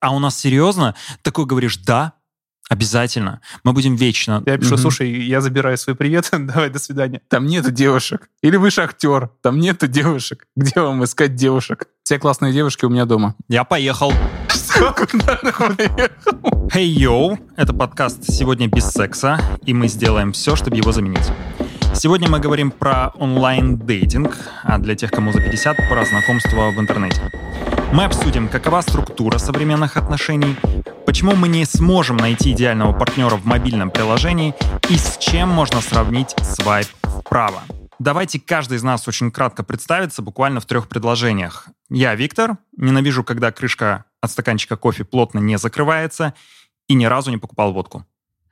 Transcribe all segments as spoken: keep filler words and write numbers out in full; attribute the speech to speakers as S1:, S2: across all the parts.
S1: а у нас серьезно? Такой говоришь, да, обязательно. Мы будем вечно.
S2: Я пишу,
S1: Мгм.
S2: слушай, я забираю свой привет, давай, до свидания.
S3: Там нету девушек. Или вы шахтер, там нету девушек. Где вам искать девушек? Все классные девушки у меня дома.
S1: Я поехал.
S3: Что? Куда нахуй поехал?
S1: Hey, yo! Это подкаст «Сегодня без секса», и мы сделаем все, чтобы его заменить. Сегодня мы говорим про онлайн-дейтинг, а для тех, кому за пятьдесят, про знакомство в интернете. Мы обсудим, какова структура современных отношений, почему мы не сможем найти идеального партнера в мобильном приложении и с чем можно сравнить свайп вправо. Давайте каждый из нас очень кратко представится, буквально в трех предложениях. Я Виктор, ненавижу, когда крышка от стаканчика кофе плотно не закрывается, и ни разу не покупал водку.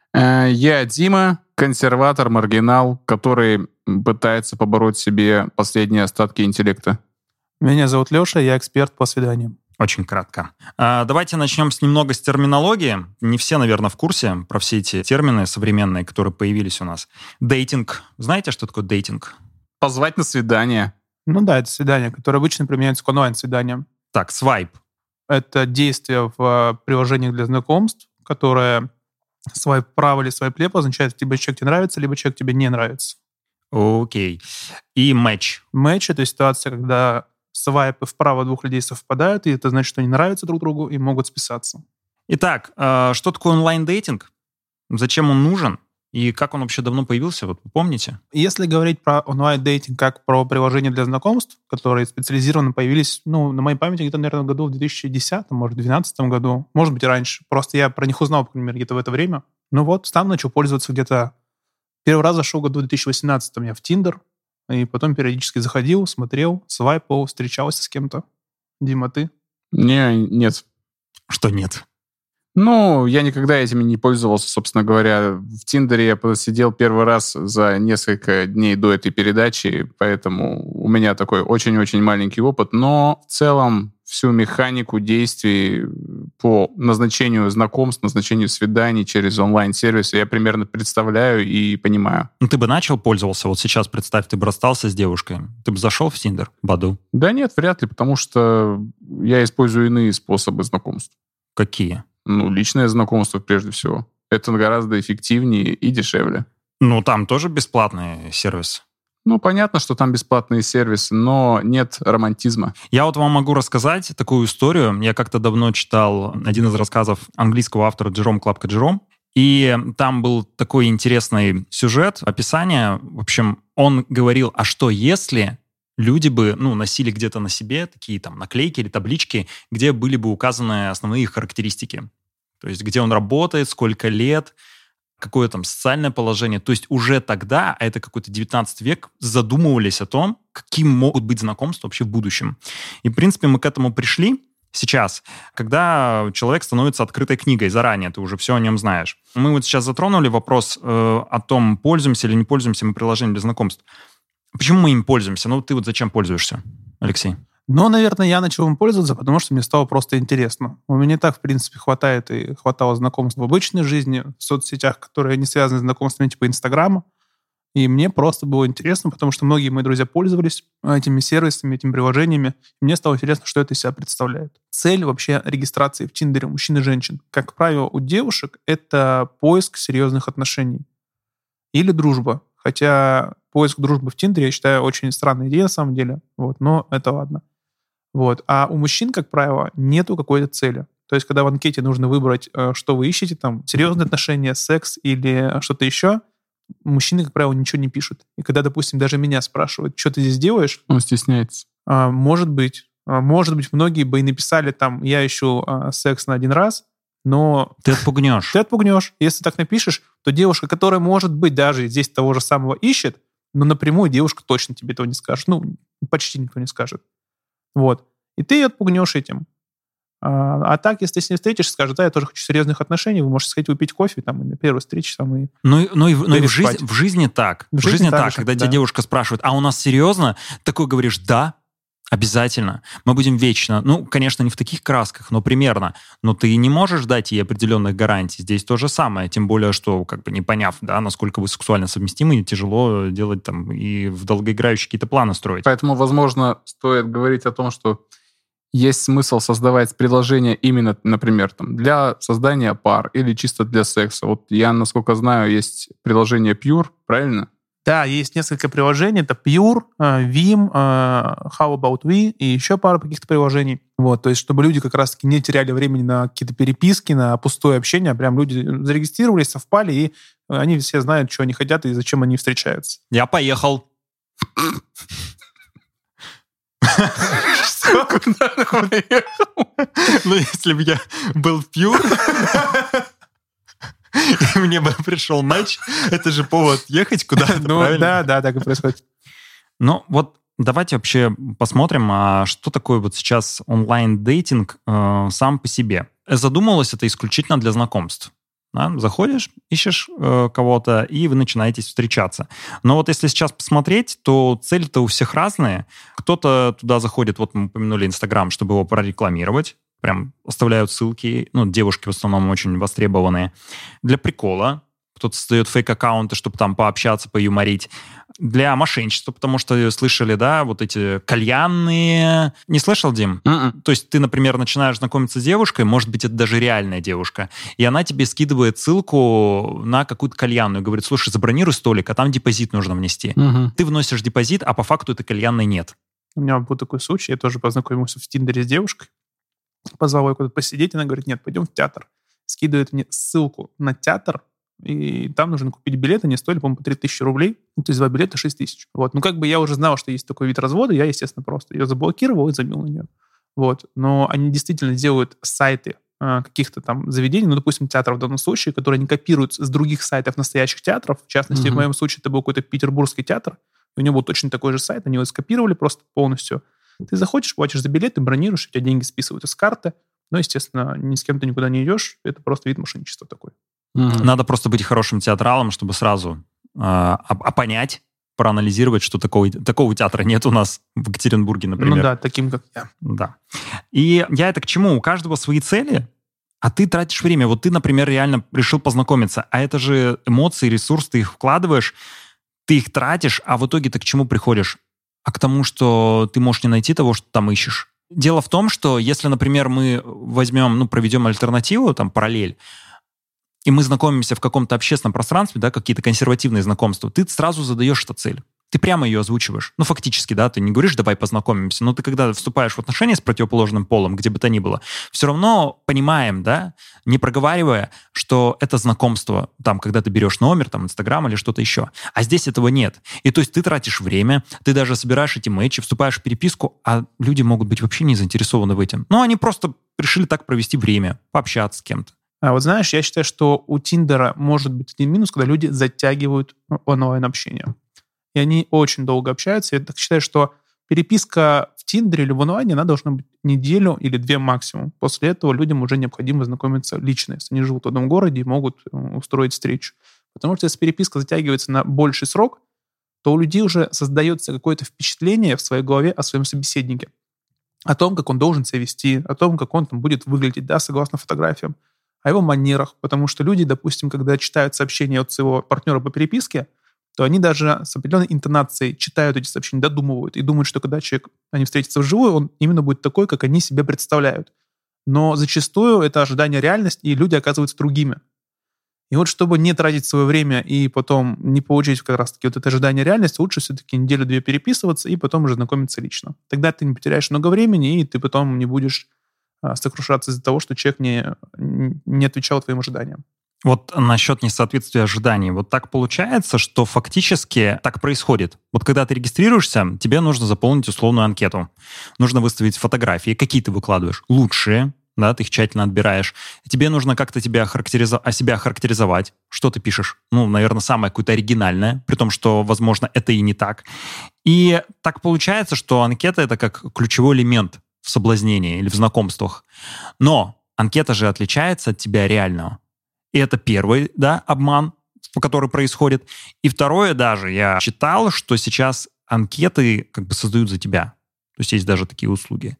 S3: Я Дима, консерватор, маргинал, который пытается побороть в себе последние остатки интеллекта.
S2: Меня зовут Леша, я эксперт по свиданиям.
S1: Очень кратко. А, давайте начнем с немного с терминологии. Не все, наверное, в курсе про все эти термины современные, которые появились у нас. Дейтинг. Знаете, что такое дейтинг?
S3: Позвать на свидание.
S2: Ну да, это свидание, которое обычно применяется к онлайн-свиданиям.
S1: Так, свайп.
S2: Это действие в приложениях для знакомств, которое свайп вправо или свайп лево означает, либо человек тебе нравится, либо человек тебе не нравится.
S1: Окей. И матч.
S2: Матч — это ситуация, когда свайпы вправо двух людей совпадают, и это значит, что они нравятся друг другу и могут списаться.
S1: Итак, э, что такое онлайн-дейтинг? Зачем он нужен? И как он вообще давно появился? Вот вы помните?
S2: Если говорить про онлайн-дейтинг как про приложения для знакомств, которые специализированно появились, ну, на моей памяти, где-то, наверное, году в две тысячи десятом, может, две тысячи двенадцатом году, может быть, и раньше. Просто я про них узнал, по крайней мере, где-то в это время. Ну вот, сам начал пользоваться где-то... Первый раз зашел году в две тысячи восемнадцатом я в Тиндер, и потом периодически заходил, смотрел, свайпал, встречался с кем-то. Дима, ты?
S3: Не, нет.
S1: Что нет?
S3: Ну, я никогда этими не пользовался, собственно говоря. В Тиндере я посидел первый раз за несколько дней до этой передачи, поэтому у меня такой очень-очень маленький опыт. Но в целом всю механику действий по назначению знакомств, назначению свиданий через онлайн-сервисы я примерно представляю и понимаю.
S1: Ну, ты бы начал пользоваться? Вот сейчас, представь, ты бы расстался с девушкой. Ты бы зашел в Тиндер, Баду?
S3: Да нет, вряд ли, потому что я использую иные способы знакомств.
S1: Какие?
S3: Ну, личное знакомство прежде всего. Это гораздо эффективнее и дешевле.
S1: Ну, там тоже бесплатный сервис.
S3: Ну, понятно, что там бесплатные сервисы, но нет романтизма.
S1: Я вот вам могу рассказать такую историю. Я как-то давно читал один из рассказов английского автора Джером Клапка Джером, и там был такой интересный сюжет, описание. В общем, он говорил, а что если люди бы, ну, носили где-то на себе такие там наклейки или таблички, где были бы указаны основные их характеристики. То есть где он работает, сколько лет, какое там социальное положение. То есть уже тогда, а это какой-то девятнадцатый век, задумывались о том, какие могут быть знакомства вообще в будущем. И, в принципе, мы к этому пришли сейчас, когда человек становится открытой книгой заранее, ты уже все о нем знаешь. Мы вот сейчас затронули вопрос э, о том, пользуемся или не пользуемся мы приложением для знакомств. Почему мы им пользуемся? Ну, ты вот зачем пользуешься, Алексей?
S2: Ну, наверное, я начал им пользоваться, потому что мне стало просто интересно. У меня и так, в принципе, хватает и хватало знакомств в обычной жизни, в соцсетях, которые не связаны с знакомствами типа Инстаграма. И мне просто было интересно, потому что многие мои друзья пользовались этими сервисами, этими приложениями. И мне стало интересно, что это из себя представляет. Цель вообще регистрации в Тиндере у мужчин и женщин, как правило, у девушек — это поиск серьезных отношений или дружба. Хотя поиск дружбы в Тиндере, я считаю, очень странная идея на самом деле. Вот, но это ладно. Вот. А у мужчин, как правило, нету какой-то цели. То есть, когда в анкете нужно выбрать, что вы ищете, там, серьезные отношения, секс или что-то еще, мужчины, как правило, ничего не пишут. И когда, допустим, даже меня спрашивают, что ты здесь делаешь?
S3: Он стесняется.
S2: Может быть. Может быть, многие бы и написали там, я ищу секс на один раз, но...
S1: Ты отпугнешь.
S2: Ты отпугнешь. Если так напишешь, то девушка, которая, может быть, даже здесь того же самого ищет, но напрямую девушка точно тебе этого не скажет. Ну, почти никто не скажет. Вот. И ты ее отпугнешь этим. А, а так, если ты с ней встретишься, скажет, да, я тоже хочу серьезных отношений, вы можете сходить выпить кофе там, и на первой встрече. Там, и
S1: ну, ну, и, ну и в, жизни, в жизни так. В, в жизни, жизни так, так же, когда да. тебя девушка спрашивает, а у нас серьезно? Такой говоришь, да, обязательно. Мы будем вечно. Ну, конечно, не в таких красках, но примерно. Но ты не можешь дать ей определенных гарантий. Здесь то же самое. Тем более, что, как бы не поняв, да, насколько вы сексуально совместимы, тяжело делать там и в долгоиграющие какие-то планы строить.
S3: Поэтому, возможно, стоит говорить о том, что есть смысл создавать приложение именно, например, там, для создания пар или чисто для секса. Вот я, насколько знаю, есть приложение Pure, правильно?
S2: Да, есть несколько приложений. Это Pure, Vim, How About We и еще пара каких-то приложений. Вот, то есть, чтобы люди как раз-таки не теряли времени на какие-то переписки, на пустое общение, а прям люди зарегистрировались, совпали, и они все знают, что они хотят и зачем они встречаются.
S1: Я поехал.
S3: Что? Куда ты поехал?
S1: Ну, если бы я был в Pure, и мне бы пришел матч, это же повод ехать куда-то,
S2: ну,
S1: правильно?
S2: Да, да, так и происходит.
S1: Ну, вот давайте вообще посмотрим, а что такое вот сейчас онлайн-дейтинг э, сам по себе. Задумалось это исключительно для знакомств. Да? Заходишь, ищешь э, кого-то, и вы начинаете встречаться. Но вот если сейчас посмотреть, то цели-то у всех разные. Кто-то туда заходит, вот мы упомянули Инстаграм, чтобы его прорекламировать. Прям оставляют ссылки. Ну, девушки в основном очень востребованные. Для прикола. Кто-то создает фейк-аккаунты, чтобы там пообщаться, поюморить. Для мошенничества, потому что слышали, да, вот эти кальянные. Не слышал, Дим?
S3: Mm-mm.
S1: То есть ты, например, начинаешь знакомиться с девушкой, может быть, это даже реальная девушка, и она тебе скидывает ссылку на какую-то кальянную. Говорит, слушай, забронируй столик, а там депозит нужно внести.
S3: Mm-hmm.
S1: Ты вносишь депозит, а по факту этой кальянной нет.
S2: У меня был такой случай, я тоже познакомился в Тиндере с девушкой, позвал ее куда-то посидеть, она говорит, нет, пойдем в театр. Скидывает мне ссылку на театр, и там нужно купить билеты, они стоили, по-моему, по три тысячи рублей, ну, то есть два билета шесть тысяч. Вот. Ну, как бы я уже знал, что есть такой вид развода, я, естественно, просто ее заблокировал и забил на нее. Вот. Но они действительно делают сайты э, каких-то там заведений, ну, допустим, театров в данном случае, которые они копируют с других сайтов настоящих театров. В частности, mm-hmm. в моем случае это был какой-то петербургский театр, и у него был точно такой же сайт, они его скопировали просто полностью. Ты заходишь, платишь за билеты, бронируешь, у тебя деньги списываются с карты, но, естественно, ни с кем ты никуда не идешь, это просто вид мошенничества такой.
S1: Mm-hmm. Надо просто быть хорошим театралом, чтобы сразу э, а понять, проанализировать, что такого, такого театра нет у нас в Екатеринбурге, например.
S2: Ну да, таким, как я.
S1: Да. И я это к чему? У каждого свои цели, а ты тратишь время. Вот ты, например, реально решил познакомиться, а это же эмоции, ресурс, ты их вкладываешь, ты их тратишь, а в итоге ты к чему приходишь? А к тому, что ты можешь не найти того, что там ищешь. Дело в том, что если, например, мы возьмем, ну, проведем альтернативу, там, параллель, и мы знакомимся в каком-то общественном пространстве, да, какие-то консервативные знакомства, ты сразу задаешь эту цель. Ты прямо ее озвучиваешь. Ну, фактически, да, ты не говоришь, давай познакомимся, но ты, когда вступаешь в отношения с противоположным полом, где бы то ни было, все равно понимаем, да, не проговаривая, что это знакомство, там, когда ты берешь номер, там, Инстаграм или что-то еще. А здесь этого нет. И то есть ты тратишь время, ты даже собираешь эти матчи, вступаешь в переписку, а люди могут быть вообще не заинтересованы в этом. Ну, они просто решили так провести время, пообщаться с кем-то.
S2: А вот знаешь, я считаю, что у Тиндера может быть один минус, когда люди затягивают онлайн-общение. И они очень долго общаются. Я так считаю, что переписка в Тиндере или в онлайне, она должна быть неделю или две максимум. После этого людям уже необходимо знакомиться лично, если они живут в одном городе и могут устроить встречу. Потому что если переписка затягивается на больший срок, то у людей уже создается какое-то впечатление в своей голове о своем собеседнике. О том, как он должен себя вести, о том, как он там будет выглядеть, да, согласно фотографиям, о его манерах. Потому что люди, допустим, когда читают сообщения от своего партнера по переписке, то они даже с определенной интонацией читают эти сообщения, додумывают и думают, что когда человек, они встретятся вживую, он именно будет такой, как они себе представляют. Но зачастую это ожидание реальность, и люди оказываются другими. И вот чтобы не тратить свое время и потом не получить как раз-таки вот это ожидание реальности, лучше все-таки неделю-две переписываться и потом уже знакомиться лично. Тогда ты не потеряешь много времени, и ты потом не будешь а, сокрушаться из-за того, что человек не, не отвечал твоим ожиданиям.
S1: Вот насчет несоответствия ожиданий. Вот так получается, что фактически так происходит. Вот когда ты регистрируешься, тебе нужно заполнить условную анкету. Нужно выставить фотографии. Какие ты выкладываешь? Лучшие. Да, ты их тщательно отбираешь. Тебе нужно как-то тебя охарактеризовать, а себя охарактеризовать. Что ты пишешь? Ну, наверное, самое какое-то оригинальное, при том, что, возможно, это и не так. И так получается, что анкета — это как ключевой элемент в соблазнении или в знакомствах. Но анкета же отличается от тебя реального. И это первый, да, обман, который происходит. И второе даже, я читал, что сейчас анкеты как бы создают за тебя. То есть есть даже такие услуги.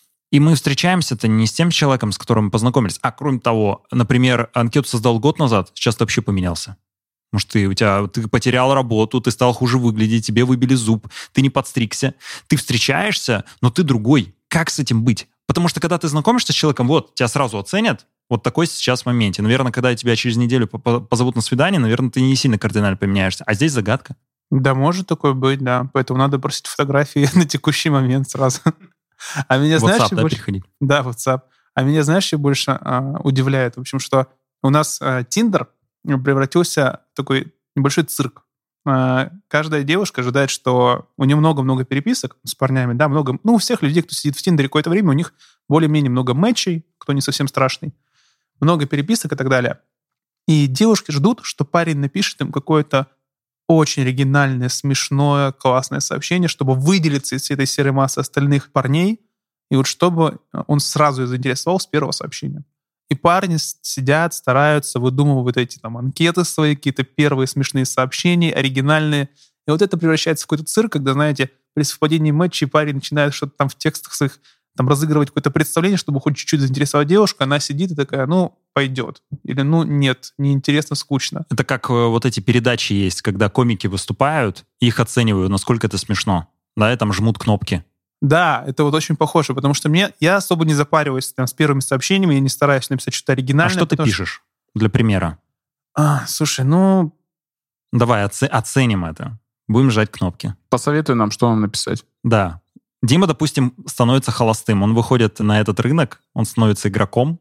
S1: И мы встречаемся-то не с тем человеком, с которым мы познакомились, а кроме того, например, анкету создал год назад, сейчас ты вообще поменялся. Может, ты, у тебя, ты потерял работу, ты стал хуже выглядеть, тебе выбили зуб, ты не подстригся. Ты встречаешься, но ты другой. Как с этим быть? Потому что когда ты знакомишься с человеком, вот, тебя сразу оценят, вот такой сейчас в моменте. Наверное, когда тебя через неделю позовут на свидание, наверное, ты не сильно кардинально поменяешься. А здесь загадка.
S2: Да, может такое быть, да. Поэтому надо просить фотографии на текущий момент сразу. А меня, знаешь,
S1: WhatsApp, да,
S2: больше...
S1: переходить?
S2: Да, WhatsApp. А меня, знаешь, что больше а, удивляет? В общем, что у нас а, Tinder превратился в такой небольшой цирк. А, каждая девушка ожидает, что у нее много-много переписок с парнями, да, много... Ну, у всех людей, кто сидит в Тиндере какое-то время, у них более-менее много матчей, кто не совсем страшный, много переписок и так далее. И девушки ждут, что парень напишет им какое-то очень оригинальное, смешное, классное сообщение, чтобы выделиться из этой серой массы остальных парней, и вот чтобы он сразу ее заинтересовал с первого сообщения. И парни сидят, стараются, выдумывают эти там анкеты свои, какие-то первые смешные сообщения, оригинальные. И вот это превращается в какой-то цирк, когда, знаете, при совпадении матчей парень начинает что-то там в текстах своих там разыгрывать какое-то представление, чтобы хоть чуть-чуть заинтересовать девушку, она сидит и такая, ну, пойдет. Или, ну, нет, неинтересно, скучно.
S1: Это как вот эти передачи есть, когда комики выступают, их оценивают, насколько это смешно. Да, и там жмут кнопки.
S2: Да, это вот очень похоже, потому что мне, я особо не запариваюсь там, с первыми сообщениями, я не стараюсь написать что-то оригинальное.
S1: А что ты пишешь что... для примера?
S2: А, слушай, ну...
S1: Давай оце- оценим это. Будем жать кнопки.
S3: Посоветуй нам, что нам написать.
S1: Да. Дима, допустим, становится холостым. Он выходит на этот рынок, он становится игроком.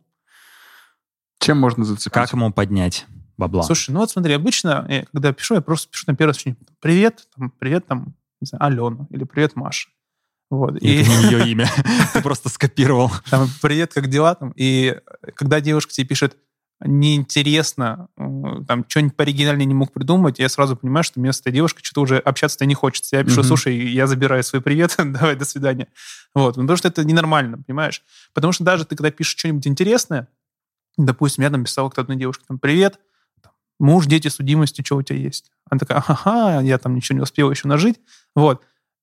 S3: Чем можно зацепить?
S1: Как ему поднять бабла?
S2: Слушай, ну вот смотри, обычно, я, когда пишу, я просто пишу на первое сообщение. Привет, там, привет, там, не знаю, Алена, или привет, Маша. Вот.
S1: И это не ее имя. Ты просто скопировал.
S2: Там, привет, как дела? Там? И когда девушка тебе пишет, неинтересно, там, что-нибудь пооригинальнее не мог придумать, я сразу понимаю, что мне с этой девушкой что-то уже общаться-то не хочется. Я пишу, mm-hmm. слушай, я забираю свой привет, давай, до свидания. Вот. Потому что это ненормально, понимаешь? Потому что даже ты, когда пишешь что-нибудь интересное, допустим, я там писал к одной девушке, там, привет, там, муж, дети, судимости, что у тебя есть? Она такая, ага, я там ничего не успела еще нажить. Вот.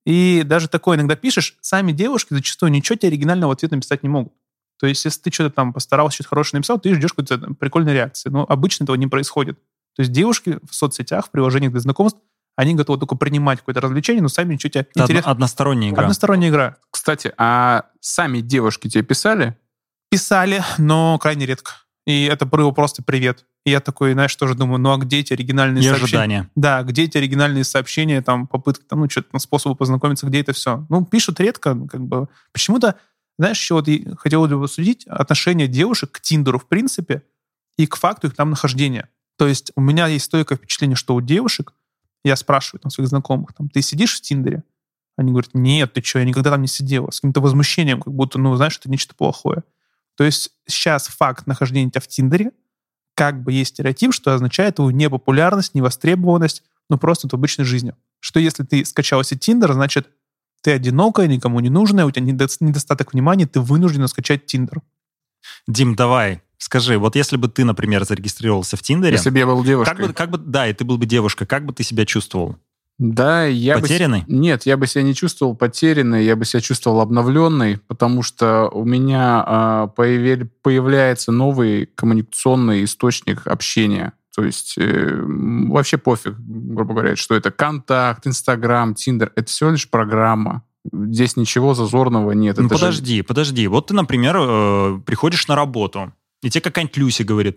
S2: И даже такое иногда пишешь, сами девушки зачастую ничего тебе оригинального ответа написать не могут. То есть, если ты что-то там постарался, что-то хорошее написал, ты ждешь какой-то там, прикольной реакции. Но обычно этого не происходит. То есть девушки в соцсетях, в приложениях для знакомств, они готовы только принимать какое-то развлечение, но сами ничего тебе не интересно.
S1: Односторонняя игра.
S2: Односторонняя игра.
S3: Кстати, а сами девушки тебе писали?
S2: Писали, но крайне редко. И это было просто привет. И я такой, знаешь, тоже думаю, ну а где эти оригинальные
S1: и
S2: сообщения?
S1: Ожидания.
S2: Да, где эти оригинальные сообщения, там, попытки, там, ну, что-то, там, способы познакомиться, где это все? Ну, пишут редко, как бы. Почему-то, знаешь, еще вот я хотел бы обсудить отношение девушек к Тиндеру, в принципе, и к факту их там нахождения. То есть у меня есть стойкое впечатление, что у девушек, я спрашиваю там своих знакомых, там, ты сидишь в Тиндере? Они говорят, нет, ты что, я никогда там не сидела. С каким-то возмущением, как будто, ну, знаешь, это нечто плохое. То есть сейчас факт нахождения тебя в Тиндере, как бы есть стереотип, что означает его непопулярность, невостребованность, ну, просто в обычной жизни. Что если ты скачал себе Тиндер, значит, ты одинокая, никому не нужная, у тебя недо- недостаток внимания, ты вынуждена скачать Тиндер.
S1: Дим, давай, скажи, вот если бы ты, например, зарегистрировался в Тиндере...
S3: Если бы я был девушкой.
S1: Как бы, как бы, да, и ты был бы девушкой, как бы ты себя чувствовал?
S3: Да, я
S1: Потерянный?
S3: бы... Нет, я бы себя не чувствовал потерянной, я бы себя чувствовал обновленной, потому что у меня э, появили, появляется новый коммуникационный источник общения. То есть э, вообще пофиг, грубо говоря, что это контакт, Инстаграм, Тиндер. Это всего лишь программа. Здесь ничего зазорного нет.
S1: Ну,
S3: это
S1: подожди,
S3: же...
S1: подожди. Вот ты, например, э, приходишь на работу, и тебе какая-нибудь Люся говорит,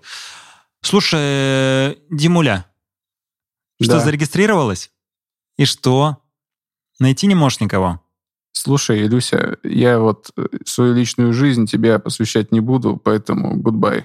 S1: слушай, Димуля, что,
S3: Да.
S1: зарегистрировалась? И что? Найти не можешь никого?
S3: Слушай, Люся, я вот свою личную жизнь тебе посвящать не буду, поэтому goodbye.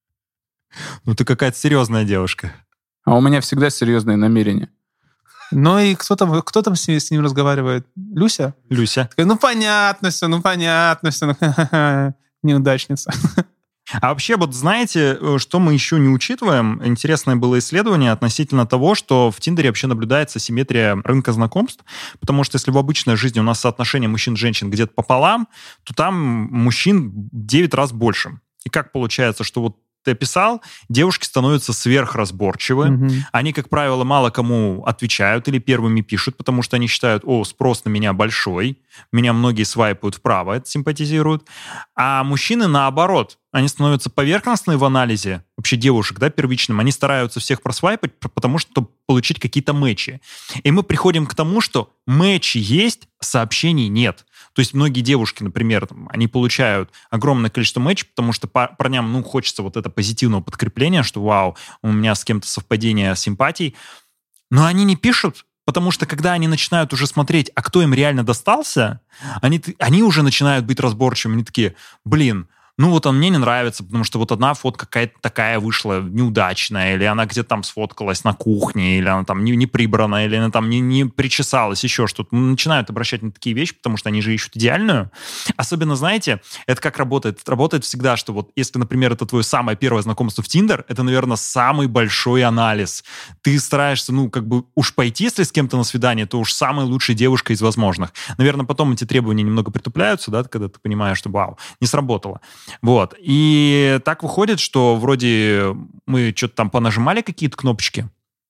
S1: Ну, ты какая-то серьезная девушка.
S3: А у меня всегда серьезные намерения.
S2: Ну и кто там, кто там с ним, с ним разговаривает? Люся?
S1: Люся.
S2: Такая, ну понятно все, ну понятно все, ну, ха-ха-ха, неудачница.
S1: А вообще, вот знаете, что мы еще не учитываем? Интересное было исследование относительно того, что в Тиндере вообще наблюдается асимметрия рынка знакомств, потому что если в обычной жизни у нас соотношение мужчин и женщин где-то пополам, то там мужчин в девять раз больше. И как получается, что вот ты описал, девушки становятся сверхразборчивы.
S2: Мгм.
S1: Они, как правило, мало кому отвечают или первыми пишут, потому что они считают, о, спрос на меня большой, меня многие свайпают вправо, это симпатизируют. А мужчины наоборот, они становятся поверхностны в анализе вообще девушек, да, первичным, они стараются всех просвайпать, потому что чтобы получить какие-то мэчи. И мы приходим к тому, что мэчи есть, сообщений нет. То есть многие девушки, например, там, они получают огромное количество мэчей, потому что парням, ну, хочется вот это позитивного подкрепления, что вау, у меня с кем-то совпадение симпатий. Но они не пишут, потому что когда они начинают уже смотреть, а кто им реально достался, они, они уже начинают быть разборчивыми. Они такие, блин, ну вот он мне не нравится, потому что вот одна фотка какая-то такая вышла неудачная, или она где-то там сфоткалась на кухне, или она там не, не прибрана, или она там не, не причесалась, еще что-то. Начинают обращать на такие вещи, потому что они же ищут идеальную. Особенно, знаете, это как работает? Это работает всегда, что вот если, например, это твое самое первое знакомство в Tinder, это, наверное, самый большой анализ. Ты стараешься, ну, как бы уж пойти, если с кем-то на свидание, то уж самая лучшая девушка из возможных. Наверное, потом эти требования немного притупляются, да, когда ты понимаешь, что, вау, не сработало. Вот. И так выходит, что вроде мы что-то там понажимали какие-то кнопочки,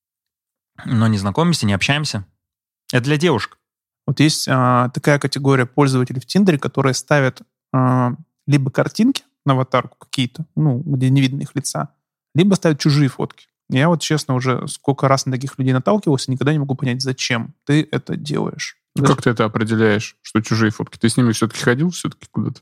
S1: но не знакомимся, не общаемся. Это для девушек.
S2: Вот есть а, такая категория пользователей в Тиндере, которые ставят а, либо картинки на аватарку какие-то, ну, где не видно их лица, либо ставят чужие фотки. Я вот, честно, уже сколько раз на таких людей наталкивался, никогда не могу понять, зачем ты это делаешь.
S3: Ну, как ты это определяешь, что чужие фотки? Ты с ними все-таки ходил все-таки куда-то?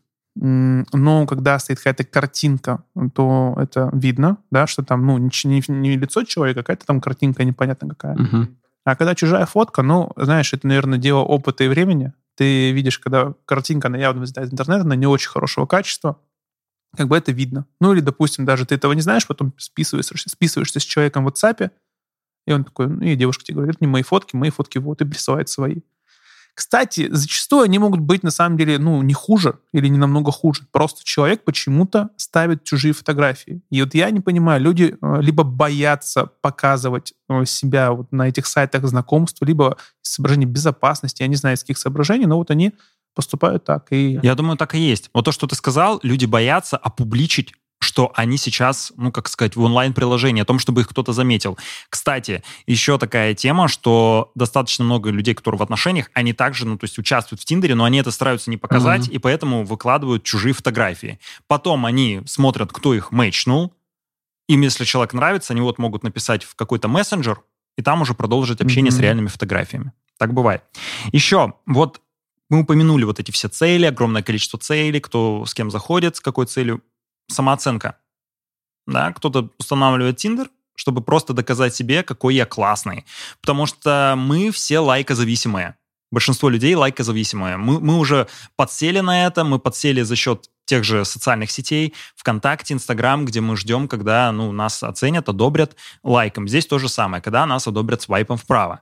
S2: Но когда стоит какая-то картинка, то это видно, да, что там, ну, не, не лицо человека, а какая-то там картинка непонятно какая.
S3: Uh-huh.
S2: А когда чужая фотка, ну, знаешь, это, наверное, дело опыта и времени. Ты видишь, когда картинка, она явно взята из интернета, она не очень хорошего качества, как бы это видно. Ну, или, допустим, даже ты этого не знаешь, потом списываешься, списываешься с человеком в WhatsApp, и он такой, ну, и девушка тебе говорит, это не мои фотки, мои фотки вот, и присылает свои. Кстати, зачастую они могут быть, на самом деле, ну, не хуже или не намного хуже. Просто человек почему-то ставит чужие фотографии. И вот я не понимаю, люди либо боятся показывать себя вот на этих сайтах знакомств, либо из соображений безопасности, я не знаю, из каких соображений, но вот они поступают так. И...
S1: Я думаю, так и есть. Вот то, что ты сказал, люди боятся опубличить, что они сейчас, ну, как сказать, в онлайн-приложении, о том, чтобы их кто-то заметил. Кстати, еще такая тема, что достаточно много людей, которые в отношениях, они также, ну, то есть участвуют в Тиндере, но они это стараются не показать, mm-hmm. и поэтому выкладывают чужие фотографии. Потом они смотрят, кто их мэчнул. Им, если человек нравится, они вот могут написать в какой-то мессенджер, и там уже продолжить общение mm-hmm. с реальными фотографиями. Так бывает. Еще, вот мы упомянули вот эти все цели, огромное количество целей, кто с кем заходит, с какой целью. Самооценка. Да, кто-то устанавливает Tinder, чтобы просто доказать себе, какой я классный. Потому что мы все лайкозависимые. Большинство людей лайкозависимые. Мы, мы уже подсели на это, мы подсели за счет тех же социальных сетей, ВКонтакте, Инстаграм, где мы ждем, когда ну, нас оценят, одобрят лайком. Здесь то же самое, когда нас одобрят свайпом вправо.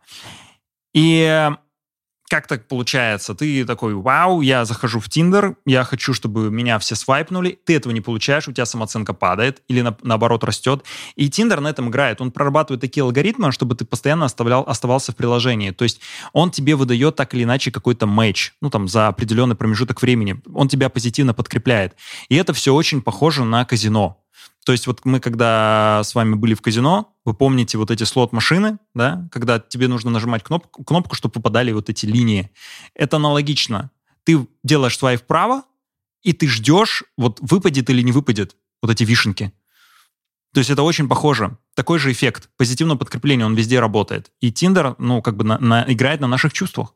S1: И... Как так получается? Ты такой, вау, я захожу в Tinder, я хочу, чтобы меня все свайпнули. Ты этого не получаешь, у тебя самооценка падает или на, наоборот растет. И Tinder на этом играет. Он прорабатывает такие алгоритмы, чтобы ты постоянно оставлял, оставался в приложении. То есть он тебе выдает так или иначе какой-то матч, ну там за определенный промежуток времени. Он тебя позитивно подкрепляет. И это все очень похоже на казино. То есть вот мы, когда с вами были в казино, вы помните вот эти слот-машины, да, когда тебе нужно нажимать кнопку, кнопку, чтобы попадали вот эти линии. Это аналогично. Ты делаешь свайп вправо, и ты ждешь, вот выпадет или не выпадет вот эти вишенки. То есть это очень похоже. Такой же эффект. Позитивное подкрепление, он везде работает. И Tinder, ну, как бы на, на, играет на наших чувствах.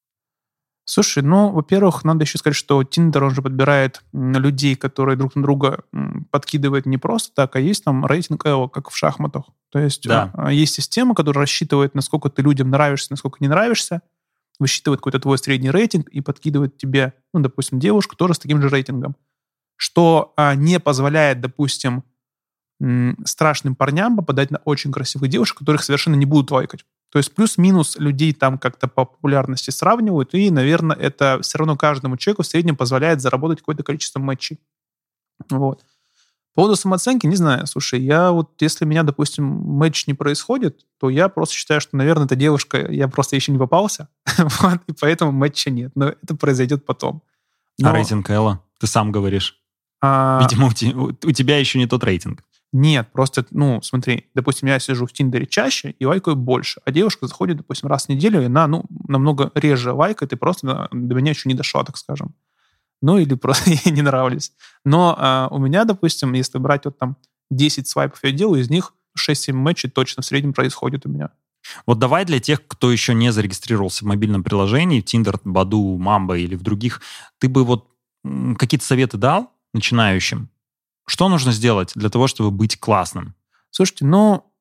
S2: Слушай, ну, во-первых, надо еще сказать, что Tinder, он же подбирает людей, которые друг на друга подкидывают не просто так, а есть там рейтинг Элла, как в шахматах. То есть да. есть система, которая рассчитывает, насколько ты людям нравишься, насколько не нравишься, высчитывает какой-то твой средний рейтинг и подкидывает тебе, ну, допустим, девушку тоже с таким же рейтингом, что а, не позволяет, допустим, м- страшным парням попадать на очень красивых девушек, которых совершенно не будут лайкать. То есть плюс-минус людей там как-то по популярности сравнивают, и, наверное, это все равно каждому человеку в среднем позволяет заработать какое-то количество матчей. Вот. По поводу самооценки, не знаю. Слушай, я вот, если меня, допустим, матч не происходит, то я просто считаю, что, наверное, эта девушка, я просто еще не попался, вот, и поэтому матча нет. Но это произойдет потом. Но...
S1: А рейтинг Элла? Ты сам говоришь.
S2: А...
S1: Видимо, у, te... у тебя еще не тот рейтинг.
S2: Нет, просто, ну, смотри, допустим, я сижу в Тиндере чаще и лайкаю больше, а девушка заходит, допустим, раз в неделю, и она, ну, намного реже лайкает, и просто до меня еще не дошла, так скажем. Ну, или просто ей не нравлюсь. Но а, у меня, допустим, если брать вот там десять свайпов я делаю, из них шесть-семь матчей точно в среднем происходит у меня.
S1: Вот давай для тех, кто еще не зарегистрировался в мобильном приложении, в Tinder, Badoo, Mambo или в других, ты бы вот какие-то советы дал начинающим? Что нужно сделать для того, чтобы быть классным?
S2: Слушайте, ну,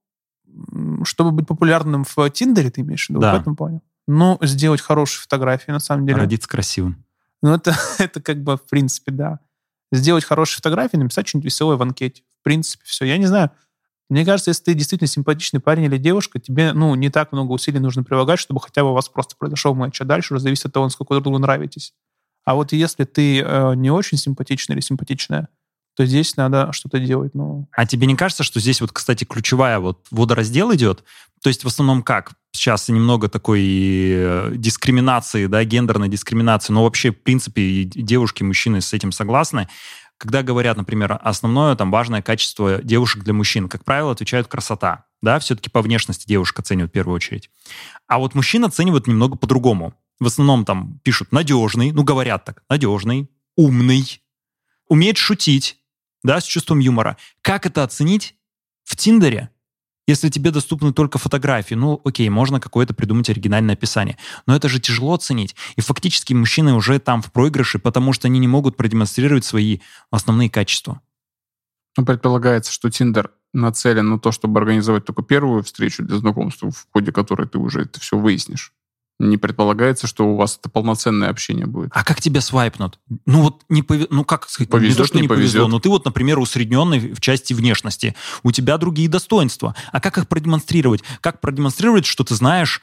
S2: чтобы быть популярным в Тиндере, ты имеешь в виду,
S1: да.
S2: в этом плане? Ну, сделать хорошие фотографии, на самом деле.
S1: Родиться красивым.
S2: Ну, это, это как бы, в принципе, да. Сделать хорошие фотографии, написать что-нибудь веселое в анкете. В принципе, все. Я не знаю. Мне кажется, если ты действительно симпатичный парень или девушка, тебе, ну, не так много усилий нужно прилагать, чтобы хотя бы у вас просто произошел матч. А дальше уже зависит от того, насколько друг другу нравитесь. А вот если ты э, не очень симпатичный или симпатичная, то здесь надо что-то делать. Ну.
S1: А тебе не кажется, что здесь вот, кстати, ключевая вот водораздел идет? То есть в основном как? Сейчас немного такой дискриминации, да, гендерной дискриминации, но вообще, в принципе, и девушки, и мужчины с этим согласны. Когда говорят, например, основное там важное качество девушек для мужчин, как правило, отвечают красота. Да, все-таки по внешности девушек оценивают в первую очередь. А вот мужчин оценивают немного по-другому. В основном там пишут надежный, ну говорят так, надежный, умный, умеет шутить, да, с чувством юмора. Как это оценить в Тиндере, если тебе доступны только фотографии? Ну, окей, можно какое-то придумать оригинальное описание. Но это же тяжело оценить. И фактически мужчины уже там в проигрыше, потому что они не могут продемонстрировать свои основные качества.
S3: Ну, предполагается, что Тиндер нацелен на то, чтобы организовать только первую встречу для знакомства, в ходе которой ты уже это все выяснишь. Не предполагается, что у вас это полноценное общение будет.
S1: А как тебя свайпнут? Ну вот не повезло, ну как сказать,
S3: повезет,
S1: не то, что
S3: не
S1: не повезло,
S3: повезет.
S1: но ты вот, например, усредненный в части внешности. У тебя другие достоинства. А как их продемонстрировать? Как продемонстрировать, что ты знаешь,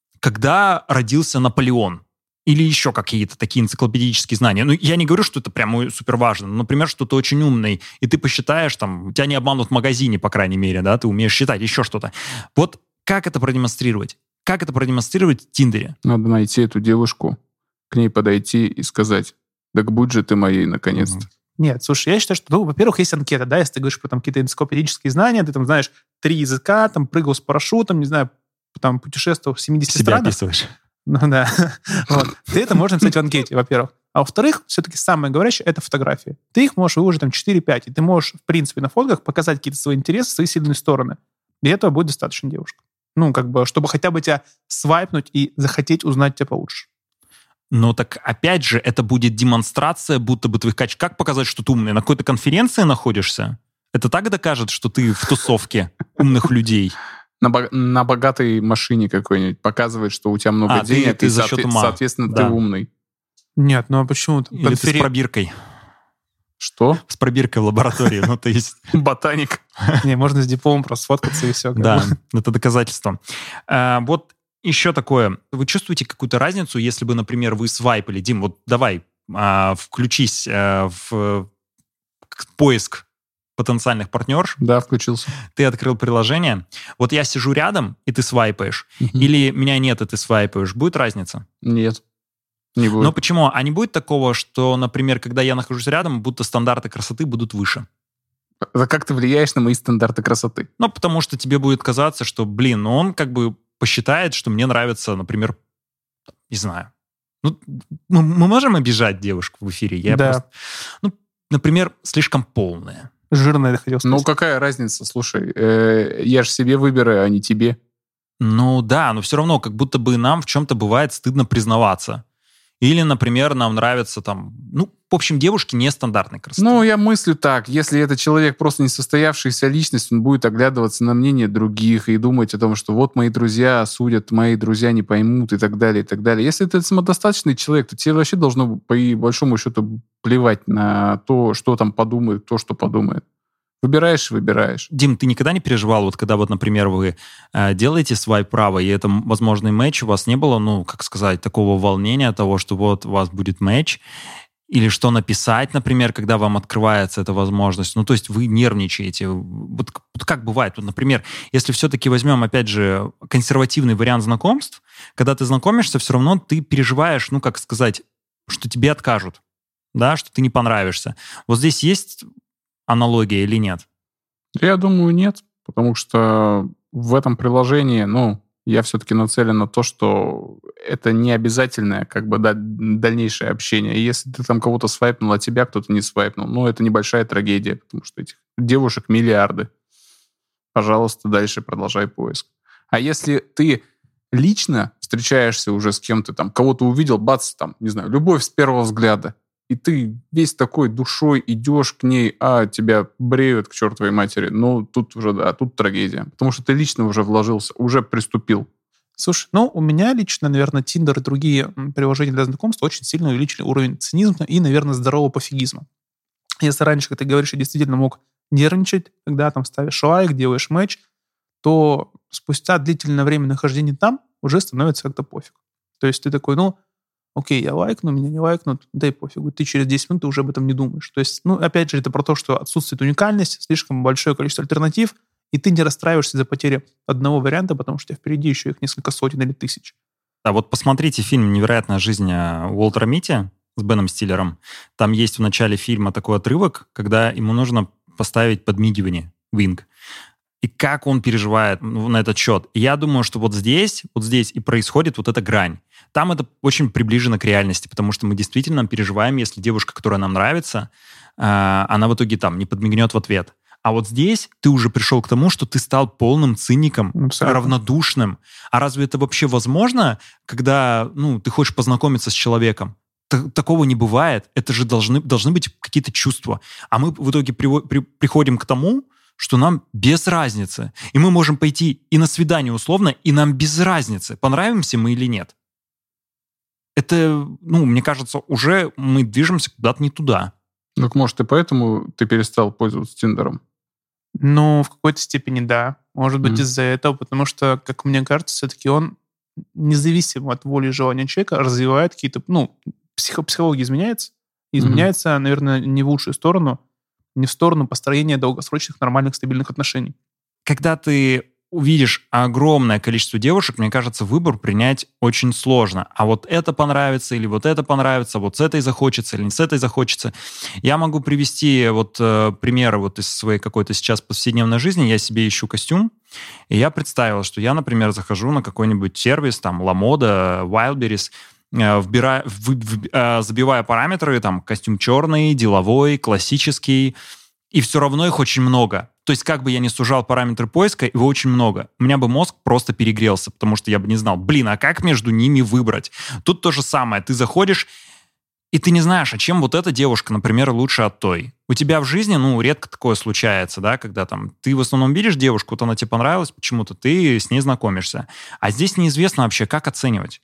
S1: когда родился Наполеон? Или еще какие-то такие энциклопедические знания. Ну, я не говорю, что это прямо супер важно. Но, например, что ты очень умный, и ты посчитаешь, там, тебя не обманут в магазине, по крайней мере, да, ты умеешь считать, еще что-то. Вот как это продемонстрировать? Как это продемонстрировать в Тиндере?
S3: Надо найти эту девушку, к ней подойти и сказать, так будь же ты моей, наконец-то.
S2: Mm-hmm. Нет, слушай, я считаю, что, ну, во-первых, есть анкета, да, если ты говоришь про там какие-то энциклопедические знания, ты там знаешь три языка, там прыгал с парашютом, не знаю, там путешествовал в семидесяти
S1: Себя
S2: странах.
S1: описываешь.
S2: Ну да. Вот. Ты это можешь написать в анкете, во-первых. А во-вторых, все-таки самое говорящее — это фотографии. Ты их можешь выложить там четыре-пять, и ты можешь, в принципе, на фотках показать какие-то свои интересы, свои сильные стороны. И этого будет достаточно девушка. Ну, как бы, чтобы хотя бы тебя свайпнуть и захотеть узнать тебя получше.
S1: Но так, опять же, это будет демонстрация будто бы твоих качеств. Как показать, что ты умный? На какой-то конференции находишься? Это так докажет, что ты в тусовке умных людей?
S3: На, бо- на богатой машине какой-нибудь показывает, что у тебя много
S1: а,
S3: денег,
S1: ты, ты
S3: и,
S1: за
S3: соответ-
S1: счет ума.
S3: соответственно,
S1: Да.
S3: ты умный.
S2: Нет, ну а почему?
S1: Или
S2: Конферен...
S1: ты с пробиркой.
S3: Что?
S1: С пробиркой в лаборатории. Ну, то есть...
S3: Ботаник.
S2: Не, можно с дипломом просто сфоткаться и все.
S1: Да, это доказательство. Вот еще такое. Вы чувствуете какую-то разницу, если бы, например, вы свайпали? Дим, вот давай, включись в поиск потенциальных партнерш.
S3: Да, включился.
S1: Ты открыл приложение. Вот я сижу рядом, и ты свайпаешь. Или меня нет, и ты свайпаешь. Будет разница?
S3: Нет. Не будет.
S1: Но почему? А не будет такого, что, например, когда я нахожусь рядом, будто стандарты красоты будут выше?
S3: А как ты влияешь на мои стандарты красоты?
S1: Ну, потому что тебе будет казаться, что, блин, ну он как бы посчитает, что мне нравится, например, не знаю. Ну, мы, мы можем обижать девушку в эфире? Я
S2: да.
S1: просто, ну, например, слишком полная.
S2: Жирная, я хотел сказать.
S3: Ну, какая разница? Слушай, э, я же себе выбираю, а не тебе.
S1: Ну, да, но все равно, как будто бы нам в чем-то бывает стыдно признаваться. Или, например, нам нравится там... Ну, в общем, девушки нестандартной красоты.
S3: Ну, я мыслю так. Если это человек просто несостоявшаяся личность, он будет оглядываться на мнение других и думать о том, что вот мои друзья осудят, мои друзья не поймут и так далее, и так далее. Если это самодостаточный человек, то тебе вообще должно по большому счету плевать на то, что там подумает, то, что подумает. Выбираешь, выбираешь.
S1: Дим, ты никогда не переживал, вот когда вот, например, вы э, делаете свайп право, и это возможный матч, у вас не было, ну, как сказать, такого волнения того, что вот у вас будет матч, или что написать, например, когда вам открывается эта возможность. Ну, то есть вы нервничаете. Вот, вот как бывает? Вот, например, если все-таки возьмем, опять же, консервативный вариант знакомств, когда ты знакомишься, все равно ты переживаешь, ну, как сказать, что тебе откажут, да, что ты не понравишься. Вот здесь есть аналогия или нет?
S3: Я думаю, нет, потому что в этом приложении, ну, Я все-таки нацелен на то, что это не обязательное как бы дальнейшее общение. И если ты там кого-то свайпнул, а тебя кто-то не свайпнул, ну, это небольшая трагедия, потому что этих девушек миллиарды. Пожалуйста, дальше продолжай поиск. А если ты лично встречаешься уже с кем-то, там, кого-то увидел, бац, там, не знаю, любовь с первого взгляда, и ты весь такой душой идешь к ней, а тебя бреют к чертовой матери, ну, тут уже, да, тут трагедия. Потому что ты лично уже вложился, уже приступил.
S2: Слушай, ну, у меня лично, наверное, Tinder и другие приложения для знакомства очень сильно увеличили уровень цинизма и, наверное, здорового пофигизма. Если раньше, как ты говоришь, я действительно мог нервничать, когда там ставишь лайк, делаешь матч, то спустя длительное время нахождения там уже становится как-то пофиг. То есть ты такой, ну, окей, я лайкну, меня не лайкнут, да и пофигу. Ты через десять минут уже об этом не думаешь. То есть, ну, опять же, это про то, что отсутствует уникальность, слишком большое количество альтернатив, и ты не расстраиваешься за потери одного варианта, потому что у тебя впереди еще их несколько сотен или тысяч.
S1: А вот посмотрите фильм «Невероятная жизнь» Уолтера Митти с Беном Стиллером. Там есть в начале фильма такой отрывок, когда ему нужно поставить подмигивание, винг. И как он переживает на этот счет. И я думаю, что вот здесь, вот здесь и происходит вот эта грань. Там это очень приближено к реальности, потому что мы действительно переживаем, если девушка, которая нам нравится, она в итоге там не подмигнет в ответ. А вот здесь ты уже пришел к тому, что ты стал полным циником, абсолютно равнодушным. А разве это вообще возможно, когда ну, ты хочешь познакомиться с человеком? Т- такого не бывает. Это же должны, должны быть какие-то чувства. А мы в итоге при, при, приходим к тому, что нам без разницы. И мы можем пойти и на свидание условно, и нам без разницы, понравимся мы или нет. Это, ну, мне кажется, уже мы движемся куда-то не туда.
S3: Ну, может, и поэтому ты перестал пользоваться Тиндером?
S2: Ну, в какой-то степени да. Может быть, mm-hmm. из-за этого, потому что, как мне кажется, все-таки он, независимо от воли и желания человека, развивает какие-то... Ну, психо- психология изменяется. И изменяется, mm-hmm. наверное, не в лучшую сторону, не в сторону построения долгосрочных, нормальных, стабильных отношений.
S1: Когда ты увидишь огромное количество девушек, мне кажется, выбор принять очень сложно. А вот это понравится, или вот это понравится, вот с этой захочется, или не с этой захочется. Я могу привести вот э, примеры вот из своей какой-то сейчас повседневной жизни. Я себе ищу костюм, и я представил, что я, например, захожу на какой-нибудь сервис, там, LaModa, Wildberries, Вбирая, в, в, забивая параметры, там, костюм черный, деловой, классический, и все равно их очень много. То есть как бы я ни сужал параметры поиска, его очень много. У меня бы мозг просто перегрелся, потому что я бы не знал, блин, а как между ними выбрать? Тут то же самое. Ты заходишь, и ты не знаешь, а чем вот эта девушка, например, лучше от той. У тебя в жизни, ну, редко такое случается, да, когда там ты в основном видишь девушку, вот она тебе понравилась, почему-то ты с ней знакомишься. А здесь неизвестно вообще, как оценивать.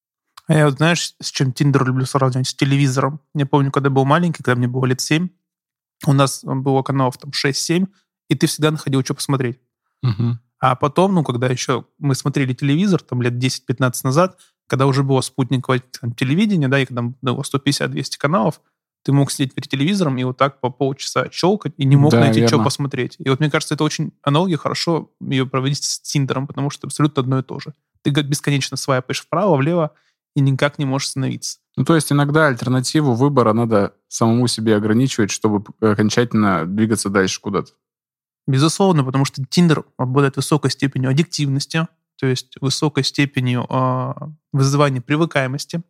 S2: А я вот, знаешь, с чем Тиндер люблю сравнивать? С телевизором. Я помню, когда был маленький, когда мне было лет семь, у нас было каналов там шесть-семь, и ты всегда находил, что посмотреть.
S3: Угу.
S2: А потом, ну, когда еще мы смотрели телевизор, там лет десять-пятнадцать назад, когда уже было спутниковое там, телевидение, да, и когда было сто пятьдесят-двести каналов, ты мог сидеть перед телевизором и вот так по полчаса щелкать, и не мог
S3: да,
S2: найти,
S3: верно.
S2: что посмотреть. И вот мне кажется, это очень аналогия, хорошо ее проводить с Тиндером, потому что абсолютно одно и то же. Ты как бесконечно свайпаешь вправо, влево, и никак не можешь остановиться.
S3: Ну, то есть иногда альтернативу выбора надо самому себе ограничивать, чтобы окончательно двигаться дальше куда-то.
S2: Безусловно, потому что Tinder обладает высокой степенью аддиктивности, то есть высокой степенью э, вызывания привыкаемости.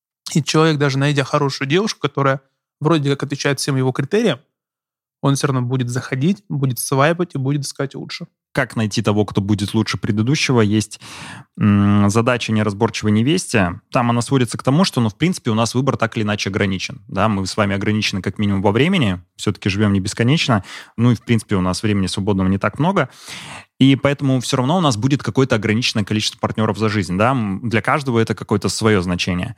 S2: И человек, даже найдя хорошую девушку, которая вроде как отвечает всем его критериям, он все равно будет заходить, будет свайпать и будет искать лучше.
S1: Как найти того, кто будет лучше предыдущего? Есть м, задача неразборчивой невесте. Там она сводится к тому, что, ну, в принципе, у нас выбор так или иначе ограничен. Да? Мы с вами ограничены как минимум во времени, все-таки живем не бесконечно. Ну и, в принципе, у нас времени свободного не так много. И поэтому все равно у нас будет какое-то ограниченное количество партнеров за жизнь. Да? Для каждого это какое-то свое значение.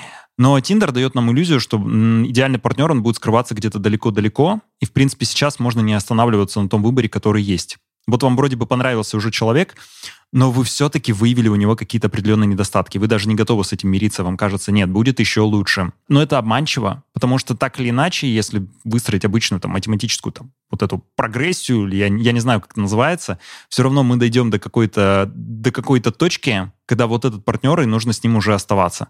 S1: Но Tinder дает нам иллюзию, что идеальный партнер, он будет скрываться где-то далеко-далеко. И, в принципе, сейчас можно не останавливаться на том выборе, который есть. Вот вам вроде бы понравился уже человек, но вы все-таки выявили у него какие-то определенные недостатки. Вы даже не готовы с этим мириться. Вам кажется, нет, будет еще лучше. Но это обманчиво, потому что так или иначе, если выстроить обычную там, математическую там, вот эту прогрессию, или я, я не знаю, как это называется, все равно мы дойдем до какой-то, до какой-то точки, когда вот этот партнер, и нужно с ним уже оставаться.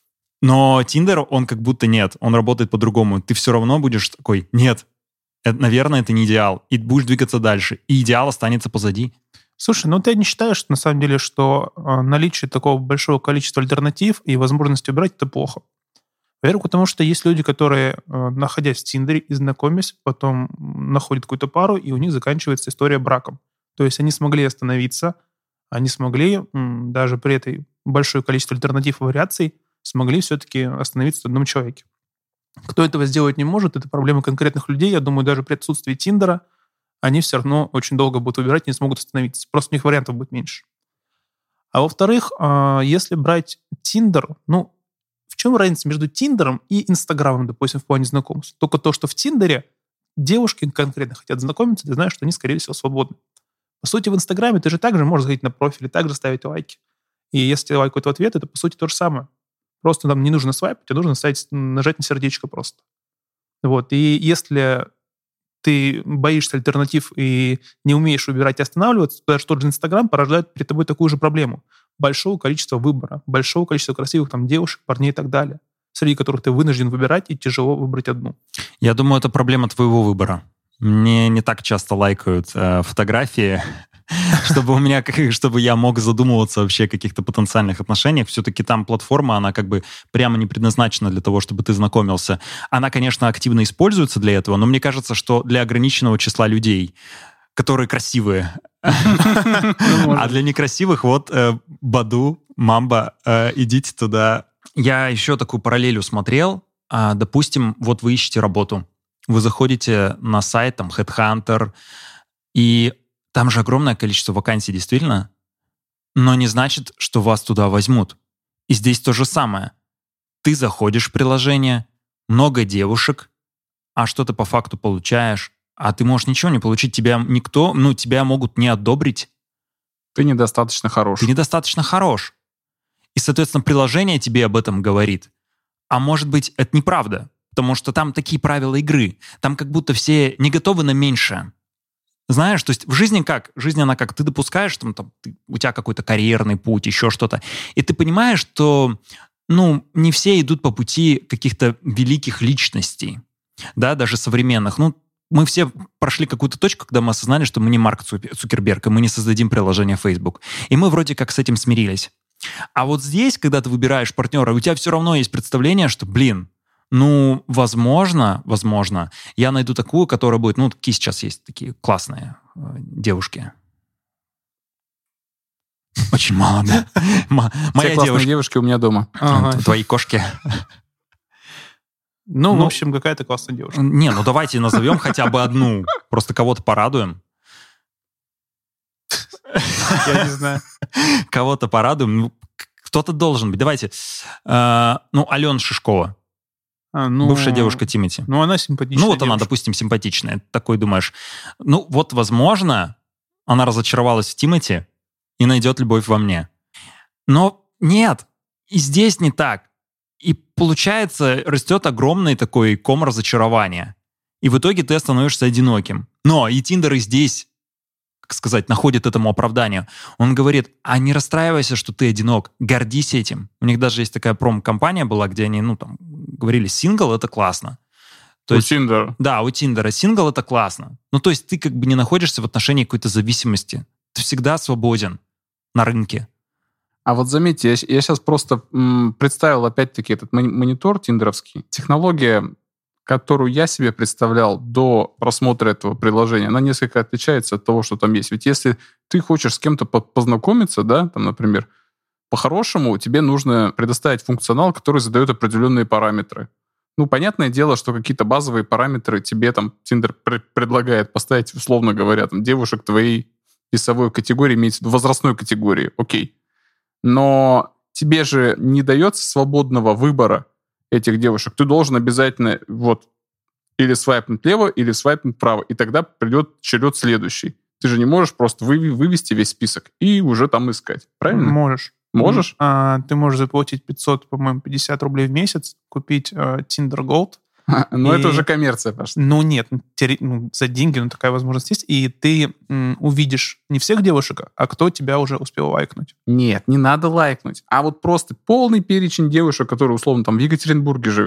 S1: Но Tinder, он как будто нет, он работает по-другому. Ты все равно будешь такой, нет, это, наверное, это не идеал. И будешь двигаться дальше. И идеал останется позади.
S2: Слушай, ну ты не считаешь, на самом деле, что э, наличие такого большого количества альтернатив и возможности выбирать — это плохо? Во-первых, потому что есть люди, которые, э, находясь в Тиндере и знакомясь, потом находят какую-то пару, и у них заканчивается история браком. То есть они смогли остановиться, они смогли, м, даже при этой большое количество альтернатив и вариаций, смогли все-таки остановиться на одном человеке. Кто этого сделать не может, это проблема конкретных людей. Я думаю, даже при отсутствии Тиндера они все равно очень долго будут выбирать и не смогут остановиться. Просто у них вариантов будет меньше. А во-вторых, а, если брать Тиндер, ну, в чем разница между Тиндером и Инстаграмом, допустим, в плане знакомств? Только то, что в Тиндере девушки конкретно хотят знакомиться, ты знаешь, что они, скорее всего, свободны. По сути, в Инстаграме ты же также можешь заходить на профиль и также ставить лайки. И если тебе лайкают в ответ, это, по сути, то же самое. Просто там не нужно свайпать, тебе нужно ставить, нажать на сердечко просто. Вот. И если ты боишься альтернатив и не умеешь выбирать и останавливаться, то даже тот же Инстаграм порождает перед тобой такую же проблему. Большого количества выбора, большого количества красивых там девушек, парней и так далее, среди которых ты вынужден выбирать, и тяжело выбрать одну.
S1: Я думаю, это проблема твоего выбора. Мне не так часто лайкают э, фотографии, чтобы у меня, чтобы я мог задумываться вообще о каких-то потенциальных отношениях. Все-таки там платформа, она как бы прямо не предназначена для того, чтобы ты знакомился. Она, конечно, активно используется для этого, но мне кажется, что для ограниченного числа людей, которые красивые. А для некрасивых вот Баду, Мамба, идите туда. Я еще такую параллель усмотрел. Допустим, вот вы ищете работу. Вы заходите на сайт, там, HeadHunter, и там же огромное количество вакансий, действительно, но не значит, что вас туда возьмут. И здесь то же самое. Ты заходишь в приложение, много девушек, а что ты по факту получаешь? А ты можешь ничего не получить. Тебя никто, ну, тебя могут не одобрить.
S3: Ты недостаточно хорош.
S1: Ты недостаточно хорош. И, соответственно, приложение тебе об этом говорит. А может быть, это неправда, потому что там такие правила игры. Там как будто все не готовы на меньшее. Знаешь, то есть в жизни как? Жизнь, она как? Ты допускаешь, там, там, ты, у тебя какой-то карьерный путь, еще что-то. И ты понимаешь, что, ну, не все идут по пути каких-то великих личностей, да, даже современных. Ну, мы все прошли какую-то точку, когда мы осознали, что мы не Марк Цукерберг, и мы не создадим приложение Facebook. И мы вроде как с этим смирились. А вот здесь, когда ты выбираешь партнера, у тебя все равно есть представление, что, блин, ну, возможно, возможно, я найду такую, которая будет, ну, такие сейчас есть такие классные э, девушки. Очень мало, да?
S3: Моя девушка. девушки у меня дома.
S1: Твои кошки.
S2: Ну, в общем, какая-то классная девушка.
S1: Не, ну давайте назовем хотя бы одну. Просто кого-то порадуем.
S2: Я не знаю.
S1: Кого-то порадуем. Кто-то должен быть. Давайте. Ну, Алена Шишкова. А, ну, бывшая девушка Тимати.
S2: Ну, она симпатичная.
S1: Ну, вот
S2: девушка.
S1: Она, допустим, симпатичная. Такой думаешь, ну, вот, возможно, она разочаровалась в Тимати и найдет любовь во мне. Но нет, и здесь не так. И получается, растет огромный такой ком разочарования. И в итоге ты становишься одиноким. Но и Тиндер и здесь, как сказать, находит этому оправдание. Он говорит, а не расстраивайся, что ты одинок, гордись этим. У них даже есть такая промо-компания была, где они, ну, там, говорили, сингл — это классно. То
S3: у
S1: есть,
S3: Тиндера.
S1: Да, у Тиндера. Сингл — это классно. Ну, то есть ты как бы не находишься в отношении какой-то зависимости. Ты всегда свободен на рынке.
S3: А вот заметьте, я, я сейчас просто м, представил опять-таки этот монитор тиндеровский. Технология, которую я себе представлял до просмотра этого приложения, она несколько отличается от того, что там есть. Ведь если ты хочешь с кем-то познакомиться, да, там, например, по-хорошему тебе нужно предоставить функционал, который задает определенные параметры. Ну, понятное дело, что какие-то базовые параметры тебе там Tinder пр- предлагает поставить, условно говоря, там, девушек твоей весовой категории, имеется в виду возрастной категории, окей. Но тебе же не дается свободного выбора этих девушек. Ты должен обязательно вот или свайпнуть лево, или свайпнуть вправо, и тогда придет черед следующий. Ты же не можешь просто вы- вывести весь список и уже там искать, правильно?
S2: Можешь.
S3: Можешь?
S2: А, ты можешь заплатить пятьсот, по-моему, пятьдесят рублей в месяц, купить э, Tinder Gold.
S3: Ну,
S2: и...
S3: это уже коммерция пошла.
S2: Ну, нет, тери... ну, за деньги ну, такая возможность есть, и ты м, увидишь не всех девушек, а кто тебя уже успел лайкнуть.
S3: Нет, не надо лайкнуть, а вот просто полный перечень девушек, которые, условно, там в Екатеринбурге живет.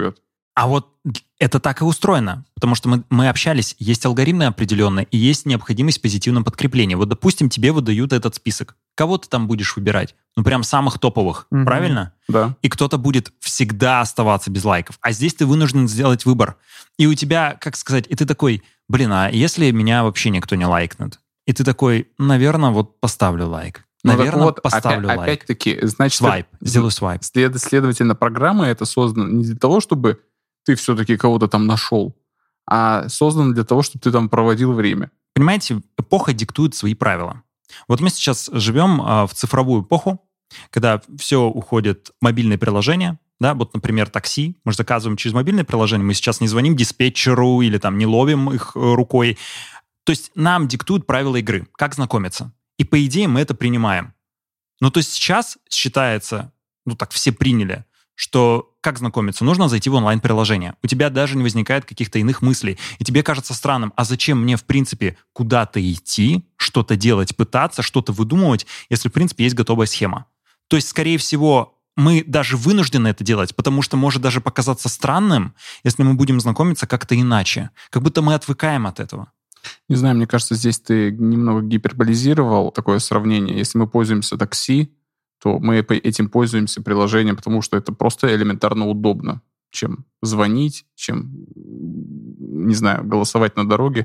S1: А вот это так и устроено, потому что мы, мы общались, есть алгоритмы определенные, и есть необходимость в позитивном подкреплении. Вот, допустим, тебе выдают этот список. Кого ты там будешь выбирать? Ну, прям самых топовых, mm-hmm. правильно?
S3: Да.
S1: И кто-то будет всегда оставаться без лайков. А здесь ты вынужден сделать выбор. И у тебя, как сказать, и ты такой, блин, а если меня вообще никто не лайкнет? И ты такой, наверное, вот поставлю лайк.
S3: Ну,
S1: Наверное,
S3: вот,
S1: поставлю
S3: опять,
S1: лайк.
S3: Опять-таки, значит...
S1: Свайп, сделаю свайп.
S3: След, следовательно, программа это создана не для того, чтобы ты все-таки кого-то там нашел, а создана для того, чтобы ты там проводил время.
S1: Понимаете, эпоха диктует свои правила. Вот мы сейчас живем а, в цифровую эпоху, когда все уходит в мобильные приложения. Да, вот, например, такси. Мы же заказываем через мобильное приложение. Мы сейчас не звоним диспетчеру или там не ловим их рукой. То есть нам диктуют правила игры, как знакомиться. И по идее мы это принимаем. Но то есть сейчас считается, ну так все приняли, что как знакомиться? Нужно зайти в онлайн-приложение. У тебя даже не возникает каких-то иных мыслей. И тебе кажется странным, а зачем мне, в принципе, куда-то идти, что-то делать, пытаться, что-то выдумывать, если, в принципе, есть готовая схема. То есть, скорее всего, мы даже вынуждены это делать, потому что может даже показаться странным, если мы будем знакомиться как-то иначе. Как будто мы отвыкаем от этого.
S3: Не знаю, мне кажется, здесь ты немного гиперболизировал такое сравнение. Если мы пользуемся такси, то мы этим пользуемся приложением, потому что это просто элементарно удобно, чем звонить, чем, не знаю, голосовать на дороге.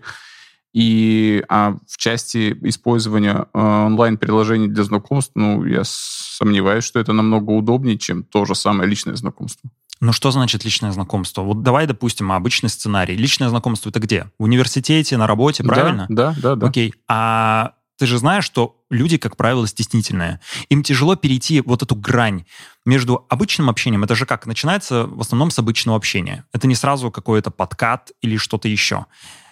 S3: И а в части использования э, онлайн-приложений для знакомств, ну, я сомневаюсь, что это намного удобнее, чем то же самое личное знакомство.
S1: Ну, что значит личное знакомство? Вот давай, допустим, обычный сценарий. Личное знакомство — это где? В университете, на работе, правильно?
S3: Да, да, да. да.
S1: Окей. А ты же знаешь, что люди, как правило, стеснительные. Им тяжело перейти вот эту грань между обычным общением. Это же как? Начинается в основном с обычного общения. Это не сразу какой-то подкат или что-то еще.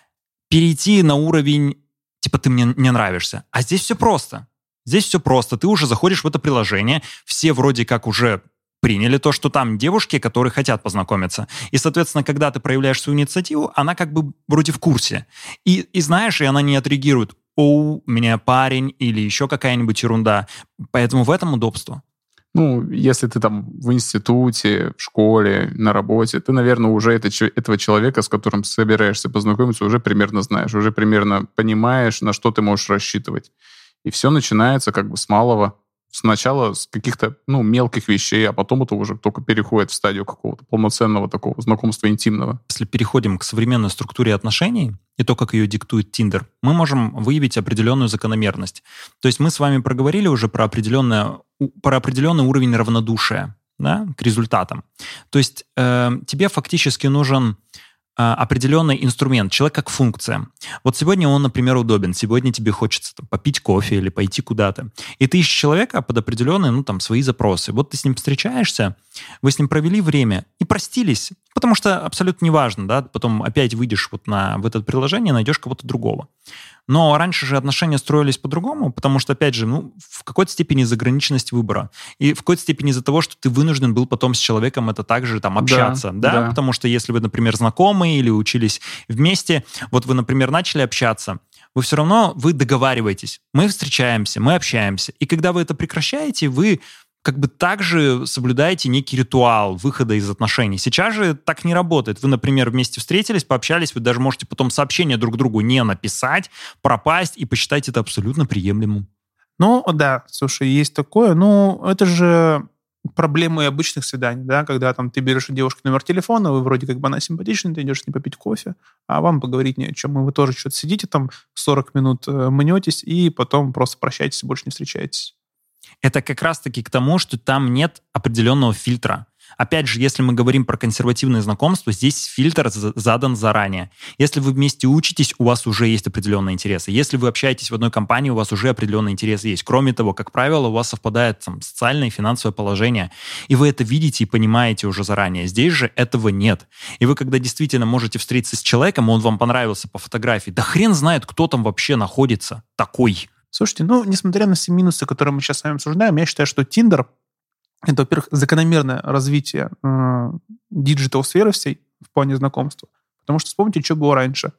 S1: Перейти на уровень, типа, ты мне не нравишься. А здесь все просто. Здесь все просто. Ты уже заходишь в это приложение, все вроде как уже приняли то, что там девушки, которые хотят познакомиться. И, соответственно, когда ты проявляешь свою инициативу, она как бы вроде в курсе. И, и знаешь, и она не отреагирует. «О, у меня парень» или еще какая-нибудь ерунда. Поэтому в этом удобство.
S3: Ну, если ты там в институте, в школе, на работе, ты, наверное, уже это, этого человека, с которым собираешься познакомиться, уже примерно знаешь, уже примерно понимаешь, на что ты можешь рассчитывать. И все начинается как бы с малого. Сначала с каких-то, ну, мелких вещей, а потом это уже только переходит в стадию какого-то полноценного такого знакомства интимного.
S1: Если переходим к современной структуре отношений и то, как ее диктует Tinder, мы можем выявить определенную закономерность. То есть мы с вами проговорили уже про, определенное, про определенный уровень равнодушия, да, к результатам. То есть э, тебе фактически нужен определенный инструмент, человек как функция. Вот сегодня он, например, удобен, сегодня тебе хочется там, попить кофе или пойти куда-то. И ты ищешь человека под определенные, ну, там, свои запросы. Вот ты с ним встречаешься, вы с ним провели время и простились, потому что абсолютно неважно, да, потом опять выйдешь вот на, в это приложение, найдешь кого-то другого. Но раньше же отношения строились по-другому, потому что, опять же, ну, в какой-то степени из-за ограниченности выбора. И в какой-то степени из-за того, что ты вынужден был потом с человеком это также там общаться, да, да? да? Потому что если вы, например, знакомы или учились вместе, вот вы, например, начали общаться, вы все равно, вы договариваетесь. Мы встречаемся, мы общаемся. И когда вы это прекращаете, вы как бы также соблюдаете некий ритуал выхода из отношений. Сейчас же так не работает. Вы, например, вместе встретились, пообщались, вы даже можете потом сообщение друг другу не написать, пропасть и посчитать это абсолютно приемлемым.
S2: Ну, да, слушай, есть такое. Ну, это же проблемы обычных свиданий, да, когда там ты берешь у девушки номер телефона, вы вроде как бы она симпатичная, ты идешь с ней попить кофе, а вам поговорить ни о чем. И вы тоже что-то сидите там сорок минут, мнетесь, и потом просто прощаетесь и больше не встречаетесь.
S1: Это как раз-таки к тому, что там нет определенного фильтра. Опять же, если мы говорим про консервативные знакомства, здесь фильтр задан заранее. Если вы вместе учитесь, у вас уже есть определенные интересы. Если вы общаетесь в одной компании, у вас уже определенные интересы есть. Кроме того, как правило, у вас совпадает там, социальное и финансовое положение. И вы это видите и понимаете уже заранее. Здесь же этого нет. И вы, когда действительно можете встретиться с человеком, он вам понравился по фотографии, да хрен знает, кто там вообще находится такой.
S2: Слушайте, ну, несмотря на все минусы, которые мы сейчас с вами обсуждаем, я считаю, что Tinder — это, во-первых, закономерное развитие э, диджитал-сферы всей в плане знакомства. Потому что вспомните, что было раньше.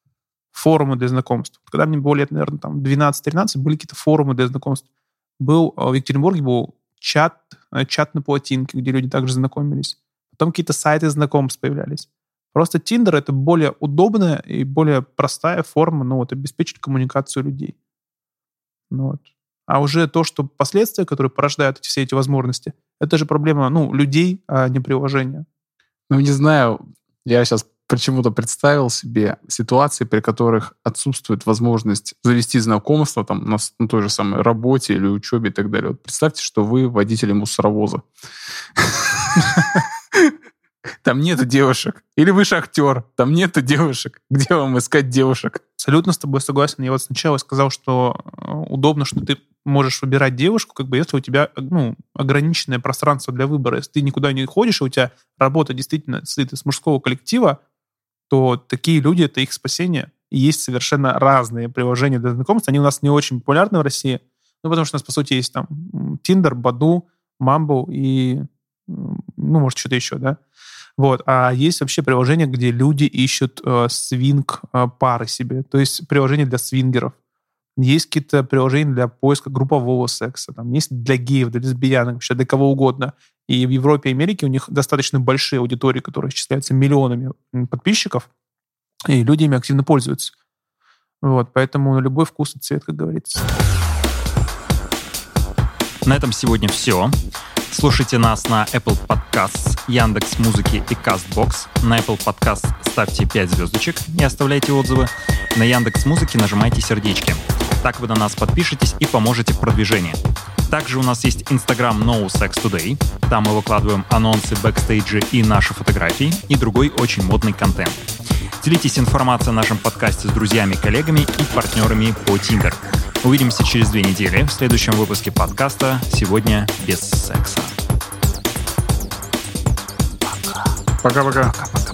S2: Форумы для знакомств. Когда мне было лет, наверное, там двенадцать-тринадцать, были какие-то форумы для знакомств. Был в Екатеринбурге был чат, чат на плотинке, где люди также знакомились. потом какие-то сайты знакомств появлялись. Просто Tinder — это более удобная и более простая форма, ну, вот, обеспечить коммуникацию людей. Ну, вот. А уже то, что последствия, которые порождают эти, все эти возможности, это же проблема, ну, людей, а не приложения.
S3: Ну, не знаю, я сейчас почему-то представил себе ситуации, при которых отсутствует возможность завести знакомство там, на, на той же самой работе или учебе и так далее. Вот представьте, что вы водитель мусоровоза. Там нету девушек. Или вы шахтер, там нету девушек. Где вам искать девушек?
S2: Абсолютно с тобой согласен. Я вот сначала сказал, что удобно, что ты можешь выбирать девушку, как бы если у тебя, ну, ограниченное пространство для выбора. Если ты никуда не ходишь, и у тебя работа действительно состоит из мужского коллектива, то такие люди — это их спасение. И есть совершенно разные приложения для знакомств. Они у нас не очень популярны в России, ну, потому что у нас, по сути, есть там Tinder, Badoo, Mumble и, ну, может, что-то еще, да? Вот. А есть вообще приложения, где люди ищут э, свинг-пары себе. То есть приложения для свингеров. Есть какие-то приложения для поиска группового секса. Там есть для геев, для лесбиянок, вообще для кого угодно. И в Европе и Америке у них достаточно большие аудитории, которые исчисляются миллионами подписчиков, и люди ими активно пользуются. Вот. Поэтому на любой вкус и цвет, как говорится.
S1: На этом сегодня все. Слушайте нас на Apple Podcasts, Яндекс.Музыки и Castbox. На Apple Podcasts ставьте пять звездочек и оставляйте отзывы. На Яндекс.Музыке нажимайте сердечки. Так вы на нас подпишетесь и поможете в продвижении. Также у нас есть Instagram NoSexToday. Там мы выкладываем анонсы, бэкстейджи и наши фотографии, и другой очень модный контент. Делитесь информацией о нашем подкасте с друзьями, коллегами и партнерами по Tinder. Увидимся через две недели в следующем выпуске подкаста «Сегодня без секса».
S3: Пока-пока. Пока-пока.